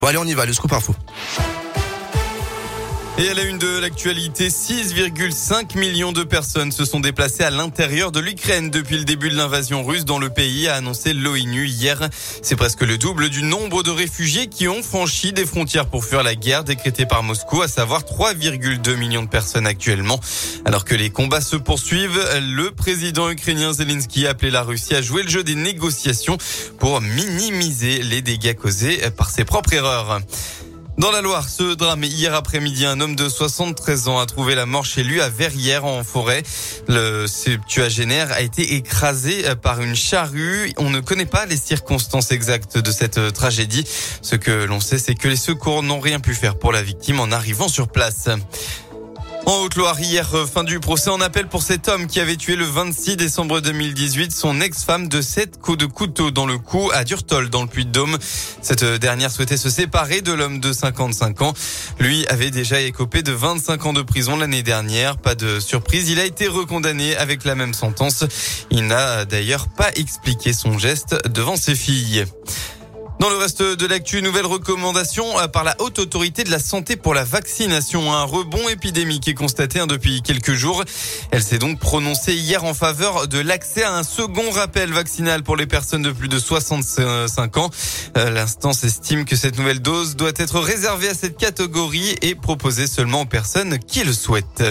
Bon allez, on y va, le scoop info. Et à la une de l'actualité, 6,5 millions de personnes se sont déplacées à l'intérieur de l'Ukraine depuis le début de l'invasion russe dans le pays, a annoncé l'ONU hier. C'est presque le double du nombre de réfugiés qui ont franchi des frontières pour fuir la guerre décrétée par Moscou, à savoir 3,2 millions de personnes actuellement. Alors que les combats se poursuivent, le président ukrainien Zelensky a appelé la Russie à jouer le jeu des négociations pour minimiser les dégâts causés par ses propres erreurs. Dans la Loire, ce drame hier après-midi, un homme de 73 ans a trouvé la mort chez lui à Verrières en forêt. Le septuagénaire a été écrasé par une charrue. On ne connaît pas les circonstances exactes de cette tragédie. Ce que l'on sait, c'est que les secours n'ont rien pu faire pour la victime en arrivant sur place. En Haute-Loire, hier, fin du procès en appel pour cet homme qui avait tué le 26 décembre 2018 son ex-femme de 7 coups de couteau dans le cou à Durtol, dans le Puy-de-Dôme. Cette dernière souhaitait se séparer de l'homme de 55 ans. Lui avait déjà écopé de 25 ans de prison l'année dernière. Pas de surprise, il a été recondamné avec la même sentence. Il n'a d'ailleurs pas expliqué son geste devant ses filles. Dans le reste de l'actu, nouvelle recommandation par la Haute Autorité de la Santé pour la vaccination. Un rebond épidémique est constaté depuis quelques jours. Elle s'est donc prononcée hier en faveur de l'accès à un second rappel vaccinal pour les personnes de plus de 65 ans. L'instance estime que cette nouvelle dose doit être réservée à cette catégorie et proposée seulement aux personnes qui le souhaitent.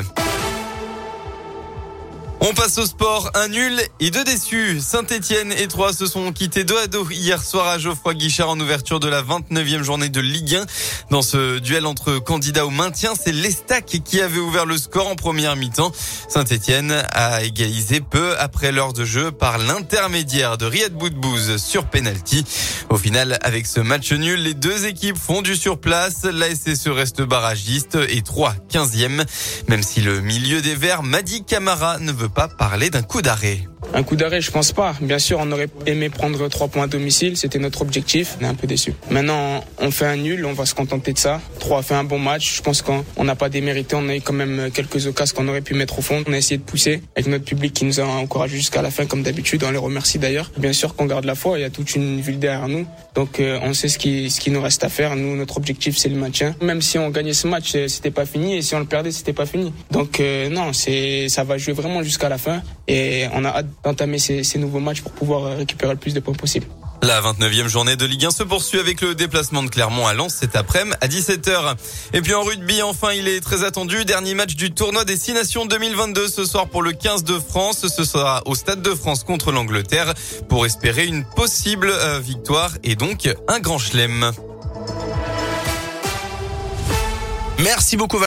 On passe au sport, un nul et 2 déçus. Saint-Etienne et Troyes se sont quittés 2-2 hier soir à Geoffroy-Guichard en ouverture de la 29e journée de Ligue 1. Dans ce duel entre candidats au maintien, c'est l'Estac qui avait ouvert le score en première mi-temps. Saint-Etienne a égalisé peu après l'heure de jeu par l'intermédiaire de Riyad Boudbouz sur penalty. Au final, avec ce match nul, les deux équipes font du surplace. La SSE reste barragiste et Troyes 15e. Même si le milieu des Verts, Madi Camara, ne veut pas parler d'un coup d'arrêt. Un coup d'arrêt, je pense pas. Bien sûr, on aurait aimé prendre 3 points à domicile. C'était notre objectif. On est un peu déçus. Maintenant, on fait un nul. On va se contenter de ça. 3 a fait un bon match. Je pense qu'on n'a pas démérité. On a eu quand même quelques occasions qu'on aurait pu mettre au fond. On a essayé de pousser avec notre public qui nous a encouragés jusqu'à la fin, comme d'habitude. On les remercie d'ailleurs. Bien sûr qu'on garde la foi. Il y a toute une ville derrière nous. Donc, on sait ce qui nous reste à faire. Nous, notre objectif, c'est le maintien. Même si on gagnait ce match, c'était pas fini. Et si on le perdait, c'était pas fini. Donc, non, ça va jouer vraiment jusqu'à la fin. Et on a hâte d'entamer ces nouveaux matchs pour pouvoir récupérer le plus de points possible. La 29e journée de Ligue 1 se poursuit avec le déplacement de Clermont à Lens cet après-midi à 17h. Et puis en rugby, enfin, il est très attendu. Dernier match du tournoi des 6 Nations 2022 ce soir pour le 15 de France. Ce sera au Stade de France contre l'Angleterre pour espérer une possible victoire et donc un grand chelem. Merci beaucoup.